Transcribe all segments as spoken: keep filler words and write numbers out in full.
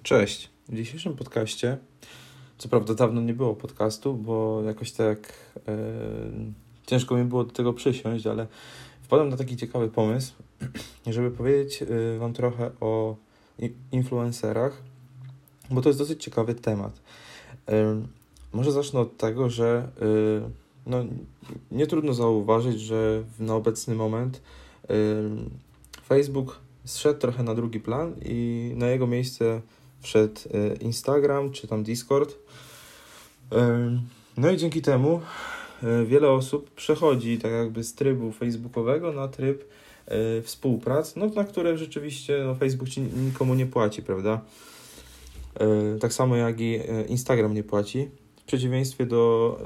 Cześć. W dzisiejszym podcaście, co prawda dawno nie było podcastu, bo jakoś tak e, ciężko mi było do tego przysiąść, ale wpadłem na taki ciekawy pomysł, żeby powiedzieć e, Wam trochę o influencerach, bo to jest dosyć ciekawy temat. E, może zacznę od tego, że e, no, nie trudno zauważyć, że na obecny moment e, Facebook zszedł trochę na drugi plan i na jego miejsce wszedł Instagram czy tam Discord. No i dzięki temu wiele osób przechodzi tak jakby z trybu facebookowego na tryb współprac, no na które rzeczywiście no, Facebook ci nikomu nie płaci, prawda? Tak samo jak i Instagram nie płaci, w przeciwieństwie do,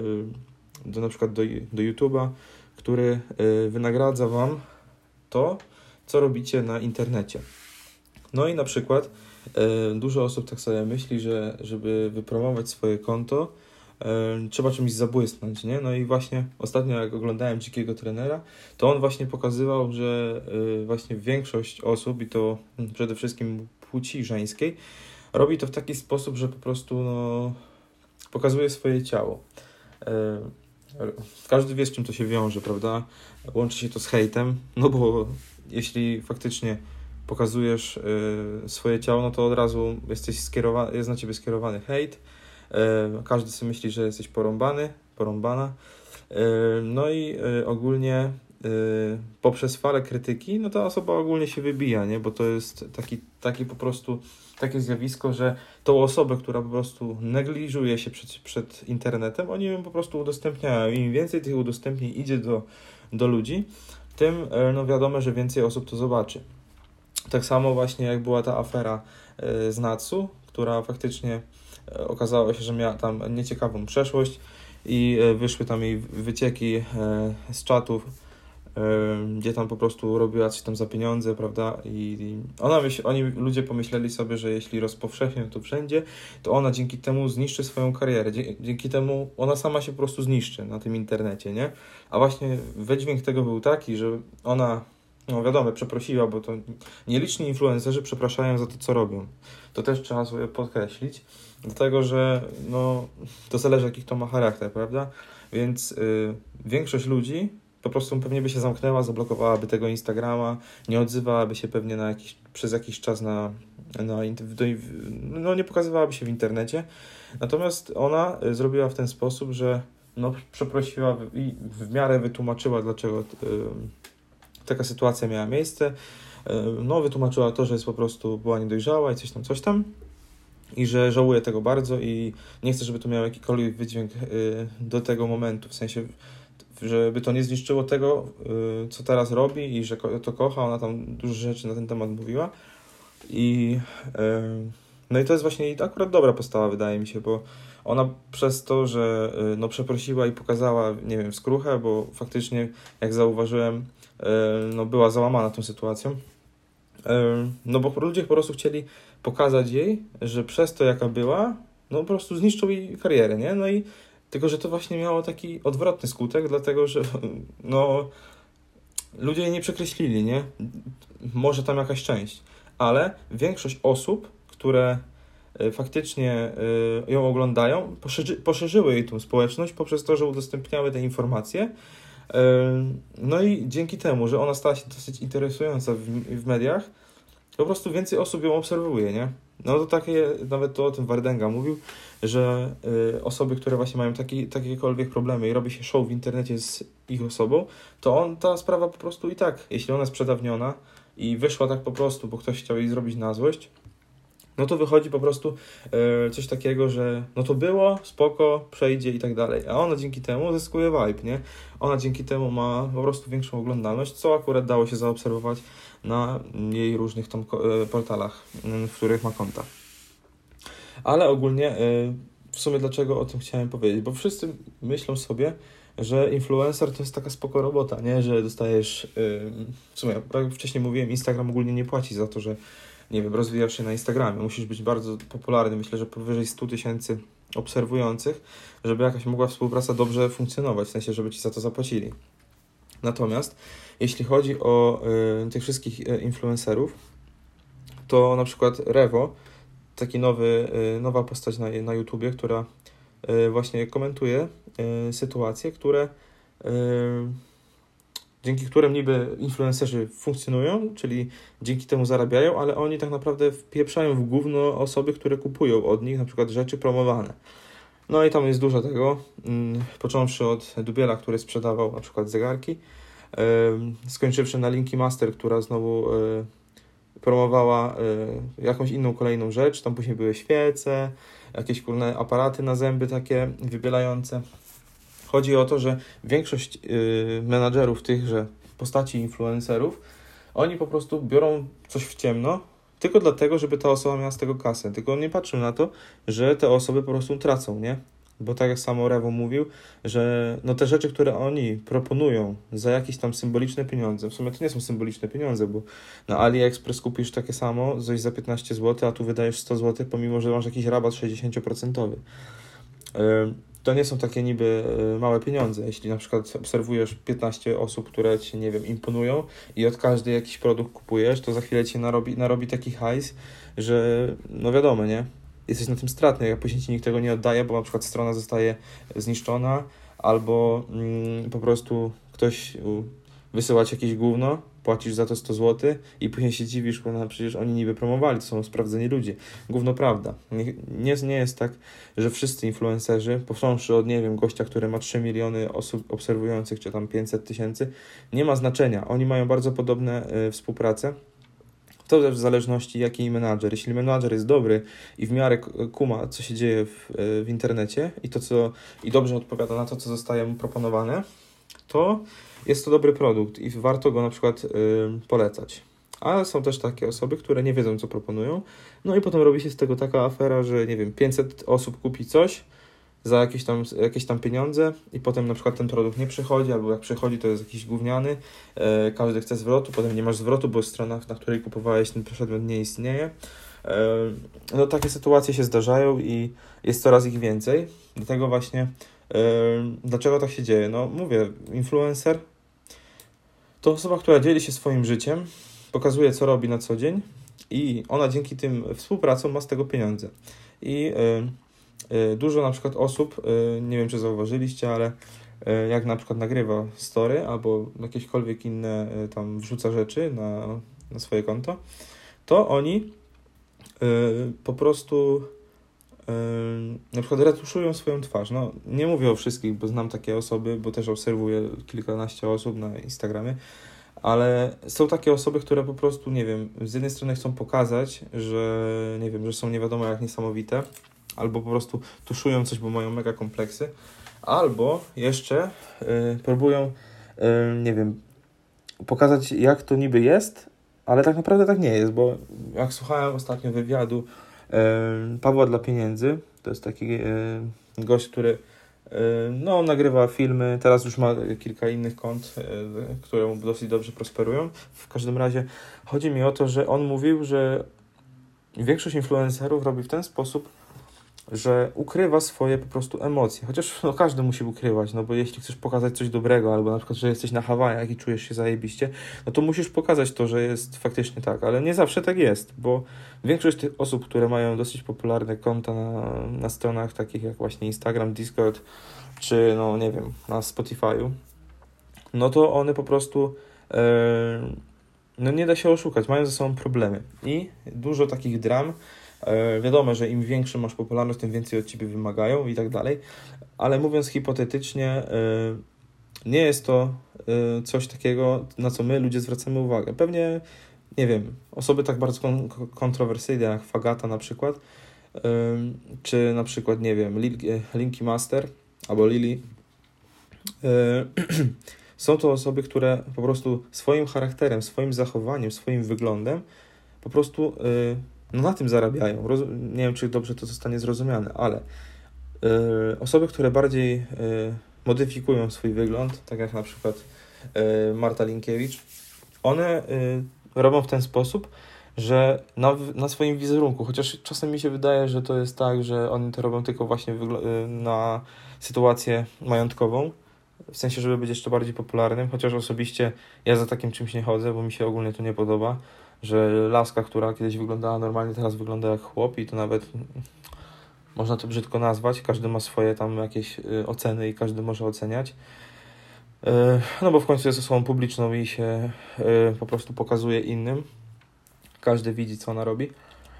do na przykład do, do YouTube'a, który wynagradza Wam to, co robicie na internecie. No i na przykład e, dużo osób tak sobie myśli, że żeby wypromować swoje konto, e, trzeba czymś zabłysnąć, nie? No i właśnie ostatnio jak oglądałem Dzikiego Trenera, to on właśnie pokazywał, że e, właśnie większość osób, i to przede wszystkim płci żeńskiej, robi to w taki sposób, że po prostu no, pokazuje swoje ciało. E, każdy wie, z czym to się wiąże, prawda? Łączy się to z hejtem, no bo jeśli faktycznie pokazujesz y, swoje ciało, no to od razu jesteś skierowany, jest na ciebie skierowany hejt. Y, każdy sobie myśli, że jesteś porąbany, porąbana. Y, no i y, ogólnie y, poprzez falę krytyki, no ta osoba ogólnie się wybija, nie? Bo to jest taki, taki po prostu takie zjawisko, że tą osobę, która po prostu negliżuje się przed, przed internetem, oni ją po prostu udostępniają. Im więcej tych udostępnień idzie do, do ludzi, tym no wiadomo, że więcej osób to zobaczy. Tak samo właśnie jak była ta afera z Natsu, która faktycznie okazało się, że miała tam nieciekawą przeszłość i wyszły tam jej wycieki z czatów, gdzie tam po prostu robiła coś tam za pieniądze, prawda? I ona myśl, oni ludzie pomyśleli sobie, że jeśli rozpowszechnią to wszędzie, to ona dzięki temu zniszczy swoją karierę. Dzięki temu ona sama się po prostu zniszczy na tym internecie, nie? A właśnie wydźwięk tego był taki, że ona, no wiadomo, przeprosiła, bo to nieliczni influencerzy przepraszają za to, co robią. To też trzeba sobie podkreślić, dlatego że no, to zależy, jakich to ma charakter, prawda? Więc yy, większość ludzi po prostu pewnie by się zamknęła, zablokowałaby tego Instagrama, nie odzywałaby się pewnie na jakiś, przez jakiś czas na, na no nie pokazywałaby się w internecie. Natomiast ona zrobiła w ten sposób, że no przeprosiła i w miarę wytłumaczyła, dlaczego y, taka sytuacja miała miejsce. Y, no wytłumaczyła to, że jest po prostu była niedojrzała i coś tam, coś tam. I że żałuje tego bardzo i nie chce, żeby to miało jakikolwiek wydźwięk y, do tego momentu, w sensie żeby to nie zniszczyło tego, yy, co teraz robi i że ko- to kocha. Ona tam dużo rzeczy na ten temat mówiła. I yy, no i to jest właśnie akurat dobra postawa, wydaje mi się, bo ona przez to, że yy, no przeprosiła i pokazała, nie wiem, skruchę, bo faktycznie, jak zauważyłem, yy, no była załamana tą sytuacją. Yy, no bo ludzie po prostu chcieli pokazać jej, że przez to, jaka była, no po prostu zniszczył jej karierę, nie? No i tylko, że to właśnie miało taki odwrotny skutek, dlatego, że no ludzie jej nie przekreślili, nie? Może tam jakaś część, ale większość osób, które faktycznie ją oglądają, poszerzy, poszerzyły jej tą społeczność poprzez to, że udostępniały te informacje. No i dzięki temu, że ona stała się dosyć interesująca w, w mediach, po prostu więcej osób ją obserwuje, nie? No to takie, nawet to o tym Wardenga mówił, że y, osoby, które właśnie mają taki, takiekolwiek problemy i robi się show w internecie z ich osobą, to on, ta sprawa po prostu i tak, jeśli ona jest przedawniona i wyszła tak po prostu, bo ktoś chciał jej zrobić na złość, no to wychodzi po prostu y, coś takiego, że no to było, spoko, przejdzie i tak dalej. A ona dzięki temu zyskuje vibe, nie? Ona dzięki temu ma po prostu większą oglądalność, co akurat dało się zaobserwować na jej różnych tam y, portalach, y, w których ma konta. Ale ogólnie y, w sumie dlaczego o tym chciałem powiedzieć? Bo wszyscy myślą sobie, że influencer to jest taka spoko robota, nie? Że dostajesz, y, w sumie, jak wcześniej mówiłem, Instagram ogólnie nie płaci za to, że nie wiem, rozwijasz się na Instagramie. Musisz być bardzo popularny. Myślę, że powyżej sto tysięcy obserwujących, żeby jakaś mogła współpraca dobrze funkcjonować, w sensie, żeby ci za to zapłacili. Natomiast jeśli chodzi o y, tych wszystkich y, influencerów, to na przykład Revo taki nowy, nowa postać na, na YouTubie, która właśnie komentuje sytuacje, które dzięki którym niby influencerzy funkcjonują, czyli dzięki temu zarabiają, ale oni tak naprawdę wpieprzają w gówno osoby, które kupują od nich na przykład rzeczy promowane. No i tam jest dużo tego, począwszy od Dubiela, który sprzedawał na przykład zegarki, skończywszy na Linki Master, która znowu promowała jakąś inną kolejną rzecz, tam później były świece, jakieś kurne aparaty na zęby takie wybielające. Chodzi o to, że większość yy, menadżerów tychże postaci influencerów, oni po prostu biorą coś w ciemno, tylko dlatego, żeby ta osoba miała z tego kasę. Tylko nie patrzą na to, że te osoby po prostu tracą, nie? Bo tak jak samo Rewo mówił, że no te rzeczy, które oni proponują za jakieś tam symboliczne pieniądze, w sumie to nie są symboliczne pieniądze, bo na AliExpress kupisz takie samo, coś za piętnaście złotych, a tu wydajesz sto złotych, pomimo że masz jakiś rabat sześćdziesiąt procent. Yy. To nie są takie niby małe pieniądze. Jeśli na przykład obserwujesz piętnaście osób, które ci, nie wiem, imponują i od każdej jakiś produkt kupujesz, to za chwilę ci narobi, narobi taki hajs, że no wiadomo, nie? Jesteś na tym stratny, jak później ci nikt tego nie oddaje, bo na przykład strona zostaje zniszczona albo mm, po prostu ktoś wysyła ci jakieś gówno, płacisz za to sto złotych i później się dziwisz, bo no, przecież oni niby promowali, to są sprawdzeni ludzie. Gówno prawda. Nie, nie, nie jest tak, że wszyscy influencerzy, począwszy od, nie wiem, gościa, który ma trzy miliony osób obserwujących, czy tam pięćset tysięcy, nie ma znaczenia. Oni mają bardzo podobne y, współprace. To też w zależności jaki menadżer. Jeśli menadżer jest dobry i w miarę kuma, co się dzieje w, y, w internecie i to, co i dobrze odpowiada na to, co zostaje mu proponowane, to jest to dobry produkt i warto go na przykład y, polecać. Ale są też takie osoby, które nie wiedzą, co proponują. No i potem robi się z tego taka afera, że nie wiem, pięćset osób kupi coś za jakieś tam, jakieś tam pieniądze i potem na przykład ten produkt nie przychodzi, albo jak przychodzi, to jest jakiś gówniany. E, każdy chce zwrotu, potem nie masz zwrotu, bo strona, na której kupowałeś ten przedmiot, nie istnieje. E, no takie sytuacje się zdarzają i jest coraz ich więcej. Dlatego właśnie e, dlaczego tak się dzieje? No mówię, influencer to osoba, która dzieli się swoim życiem, pokazuje, co robi na co dzień i ona dzięki tym współpracom ma z tego pieniądze. I y, y, dużo na przykład osób, y, nie wiem, czy zauważyliście, ale y, jak na przykład nagrywa story albo jakiekolwiek inne y, tam wrzuca rzeczy na, na swoje konto, to oni y, po prostu y, na przykład retuszują swoją twarz. No, nie mówię o wszystkich, bo znam takie osoby, bo też obserwuję kilkanaście osób na Instagramie, ale są takie osoby, które po prostu, nie wiem, z jednej strony chcą pokazać, że nie wiem, że są nie wiadomo jak niesamowite, albo po prostu tuszują coś, bo mają mega kompleksy, albo jeszcze y, próbują, y, nie wiem, pokazać jak to niby jest, ale tak naprawdę tak nie jest, bo jak słuchałem ostatnio wywiadu y, Pawła dla pieniędzy, to jest taki y, gość, który no, nagrywa filmy, teraz już ma kilka innych kont, które mu dosyć dobrze prosperują. W każdym razie chodzi mi o to, że on mówił, że większość influencerów robi w ten sposób, że ukrywa swoje po prostu emocje. Chociaż no, każdy musi ukrywać, no bo jeśli chcesz pokazać coś dobrego, albo na przykład, że jesteś na Hawajach i czujesz się zajebiście, no to musisz pokazać to, że jest faktycznie tak, ale nie zawsze tak jest, bo większość tych osób, które mają dosyć popularne konta na, na stronach takich jak właśnie Instagram, Discord, czy no nie wiem, na Spotify'u, no to one po prostu yy, no nie da się oszukać, mają ze sobą problemy i dużo takich dram. Wiadomo, że im większą masz popularność, tym więcej od ciebie wymagają i tak dalej, ale mówiąc hipotetycznie, nie jest to coś takiego, na co my ludzie zwracamy uwagę. Pewnie, nie wiem, osoby tak bardzo kon- kontrowersyjne jak Fagata na przykład, czy na przykład, nie wiem, Linki Master albo Lili, są to osoby, które po prostu swoim charakterem, swoim zachowaniem, swoim wyglądem po prostu no na tym zarabiają. Roz... Nie wiem, czy dobrze to zostanie zrozumiane, ale yy, osoby, które bardziej yy, modyfikują swój wygląd, tak jak na przykład yy, Marta Linkiewicz, one yy, robią w ten sposób, że na, na swoim wizerunku, chociaż czasem mi się wydaje, że to jest tak, że oni to robią tylko właśnie wygl- yy, na sytuację majątkową, w sensie, żeby być jeszcze bardziej popularnym, chociaż osobiście ja za takim czymś nie chodzę, bo mi się ogólnie to nie podoba. że laska, która kiedyś wyglądała normalnie, teraz wygląda jak chłop i to nawet można to brzydko nazwać. Każdy ma swoje tam jakieś y, oceny i każdy może oceniać. Y, no bo w końcu jest osobą publiczną i się y, po prostu pokazuje innym. Każdy widzi, co ona robi. Y,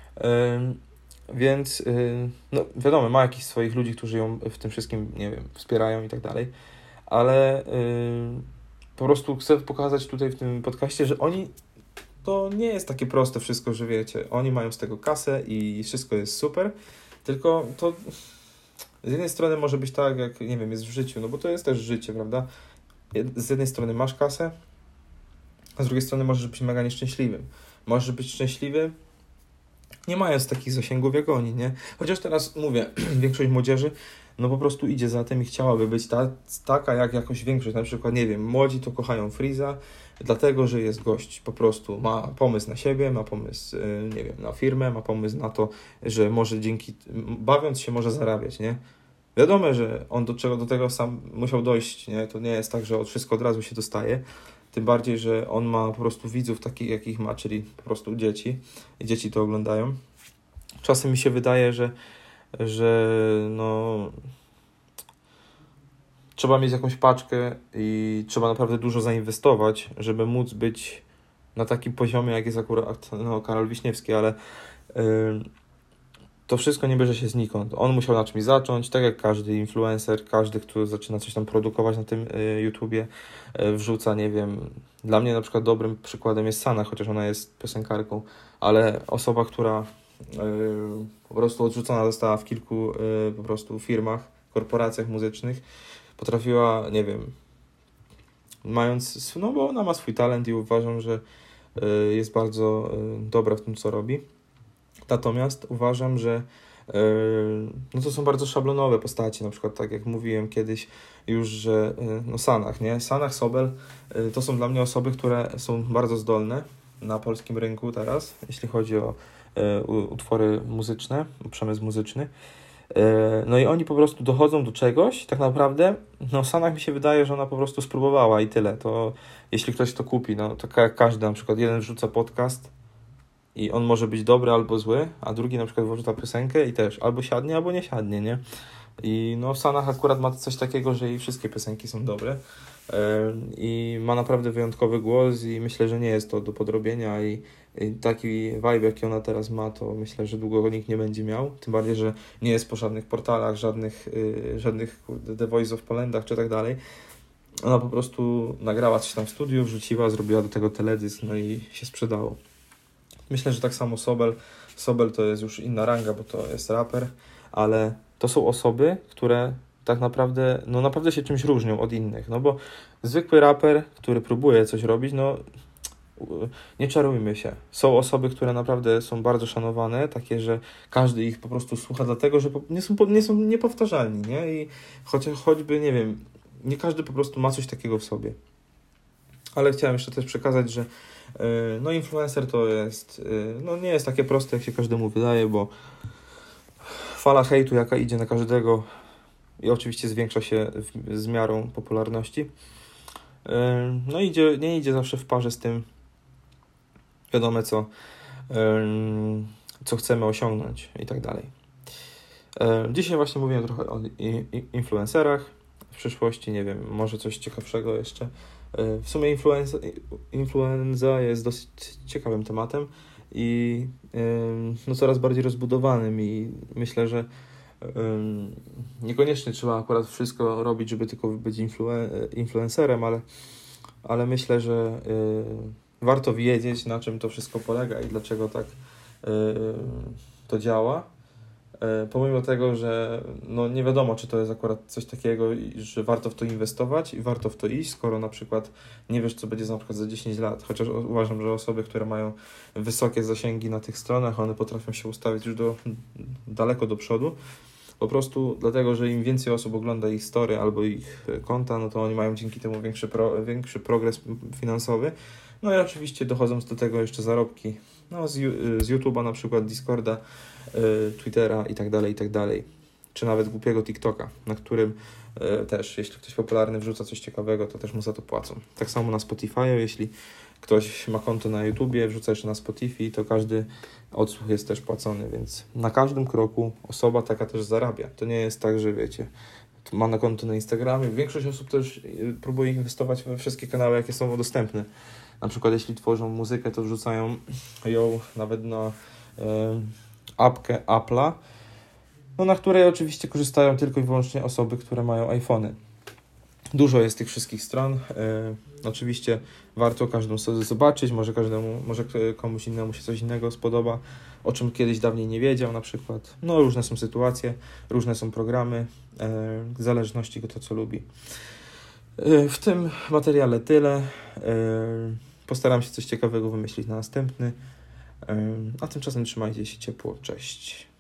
więc y, no wiadomo, ma jakichś swoich ludzi, którzy ją w tym wszystkim, nie wiem, wspierają i tak dalej. Ale y, po prostu chcę pokazać tutaj w tym podcaście, że oni, to nie jest takie proste wszystko, że wiecie, oni mają z tego kasę i wszystko jest super, tylko to z jednej strony może być tak, jak, nie wiem, jest w życiu, no bo to jest też życie, prawda? Z jednej strony masz kasę, a z drugiej strony możesz być mega nieszczęśliwym. Możesz być szczęśliwy, nie mając takich zasięgów jak oni, nie? Chociaż teraz mówię, większość młodzieży no po prostu idzie za tym i chciałaby być ta, taka jak jakoś większość. Na przykład, nie wiem, młodzi to kochają Freeza, dlatego, że jest gość, po prostu ma pomysł na siebie, ma pomysł, nie wiem, na firmę, ma pomysł na to, że może dzięki, bawiąc się może zarabiać, nie? Wiadomo, że on do czego do tego sam musiał dojść, nie? To nie jest tak, że od wszystko od razu się dostaje. Tym bardziej, że on ma po prostu widzów takich, jakich ma, czyli po prostu dzieci. I dzieci to oglądają. Czasem mi się wydaje, że, że no, trzeba mieć jakąś paczkę i trzeba naprawdę dużo zainwestować, żeby móc być na takim poziomie, jak jest akurat no, Karol Wiśniewski, ale yy, to wszystko nie bierze się znikąd. On musiał na czymś zacząć, tak jak każdy influencer, każdy, kto zaczyna coś tam produkować na tym y, YouTubie, y, wrzuca, nie wiem, dla mnie na przykład dobrym przykładem jest Sana, chociaż ona jest piosenkarką, ale osoba, która y, po prostu odrzucona została w kilku y, po prostu firmach, korporacjach muzycznych, potrafiła, nie wiem, mając, no bo ona ma swój talent i uważam, że y, jest bardzo y, dobra w tym, co robi. Natomiast uważam, że yy, no to są bardzo szablonowe postacie, na przykład tak jak mówiłem kiedyś już, że yy, no Sanach, nie? Sanach, Sobel yy, to są dla mnie osoby, które są bardzo zdolne na polskim rynku teraz, jeśli chodzi o yy, utwory muzyczne, przemysł muzyczny. Yy, no i oni po prostu dochodzą do czegoś, tak naprawdę, no Sanach mi się wydaje, że ona po prostu spróbowała i tyle. To jeśli ktoś to kupi, no to jak każdy, na przykład jeden wrzuca podcast, i on może być dobry albo zły, a drugi na przykład wrzuca piosenkę i też albo siadnie, albo nie siadnie, nie? I no w Sanach akurat ma coś takiego, że jej wszystkie piosenki są dobre yy, i ma naprawdę wyjątkowy głos i myślę, że nie jest to do podrobienia i, i taki vibe, jaki ona teraz ma, to myślę, że długo nikt nie będzie miał, tym bardziej, że nie jest po żadnych portalach, żadnych, yy, żadnych The Voice of Polandach czy tak dalej. Ona po prostu nagrała coś tam w studiu, wrzuciła, zrobiła do tego teledysk, no i się sprzedało. Myślę, że tak samo Sobel. Sobel to jest już inna ranga, bo to jest raper, ale to są osoby, które tak naprawdę, no naprawdę się czymś różnią od innych, no bo zwykły raper, który próbuje coś robić, no nie czarujmy się. Są osoby, które naprawdę są bardzo szanowane, takie, że każdy ich po prostu słucha dlatego, że nie są, nie są niepowtarzalni, nie? I choć, choćby, nie wiem, nie każdy po prostu ma coś takiego w sobie. Ale chciałem jeszcze też przekazać, że no influencer to jest, no nie jest takie proste, jak się każdemu wydaje, bo fala hejtu, jaka idzie na każdego i oczywiście zwiększa się w, z miarą popularności, no idzie, nie idzie zawsze w parze z tym wiadomo co, co chcemy osiągnąć i tak dalej. Dzisiaj właśnie mówiłem trochę o influencerach, w przyszłości, nie wiem, może coś ciekawszego jeszcze. W sumie influenza, influenza jest dosyć ciekawym tematem i no, coraz bardziej rozbudowanym i myślę, że niekoniecznie trzeba akurat wszystko robić, żeby tylko być influen- influencerem, ale, ale myślę, że warto wiedzieć, na czym to wszystko polega i dlaczego tak to działa. Pomimo tego, że no nie wiadomo, czy to jest akurat coś takiego, że warto w to inwestować i warto w to iść, skoro na przykład nie wiesz, co będzie na przykład za dziesięć lat. Chociaż uważam, że osoby, które mają wysokie zasięgi na tych stronach, one potrafią się ustawić już do, daleko do przodu. Po prostu dlatego, że im więcej osób ogląda ich story albo ich konta, no to oni mają dzięki temu większy, pro, większy progres finansowy. No i oczywiście dochodzą do tego jeszcze zarobki. No, z, z YouTube'a na przykład, Discorda, y, Twittera i tak dalej, i tak dalej. Czy nawet głupiego TikToka, na którym y, też, jeśli ktoś popularny wrzuca coś ciekawego, to też mu za to płacą. Tak samo na Spotify, jeśli ktoś ma konto na YouTubie, wrzuca jeszcze na Spotify, to każdy odsłuch jest też płacony, więc na każdym kroku osoba taka też zarabia. To nie jest tak, że wiecie, ma na konto na Instagramie. Większość osób też próbuje inwestować we wszystkie kanały, jakie są dostępne. Na przykład jeśli tworzą muzykę, to wrzucają ją nawet na e, apkę Apple'a, no, na której oczywiście korzystają tylko i wyłącznie osoby, które mają iPhony. Dużo jest tych wszystkich stron. E, oczywiście warto każdą sobie zobaczyć, może każdemu, może komuś innemu się coś innego spodoba, o czym kiedyś dawniej nie wiedział na przykład. No różne są sytuacje, różne są programy, e, w zależności od tego, co lubi. E, w tym materiale tyle. E, postaram się coś ciekawego wymyślić na następny. E, a tymczasem trzymajcie się ciepło. Cześć.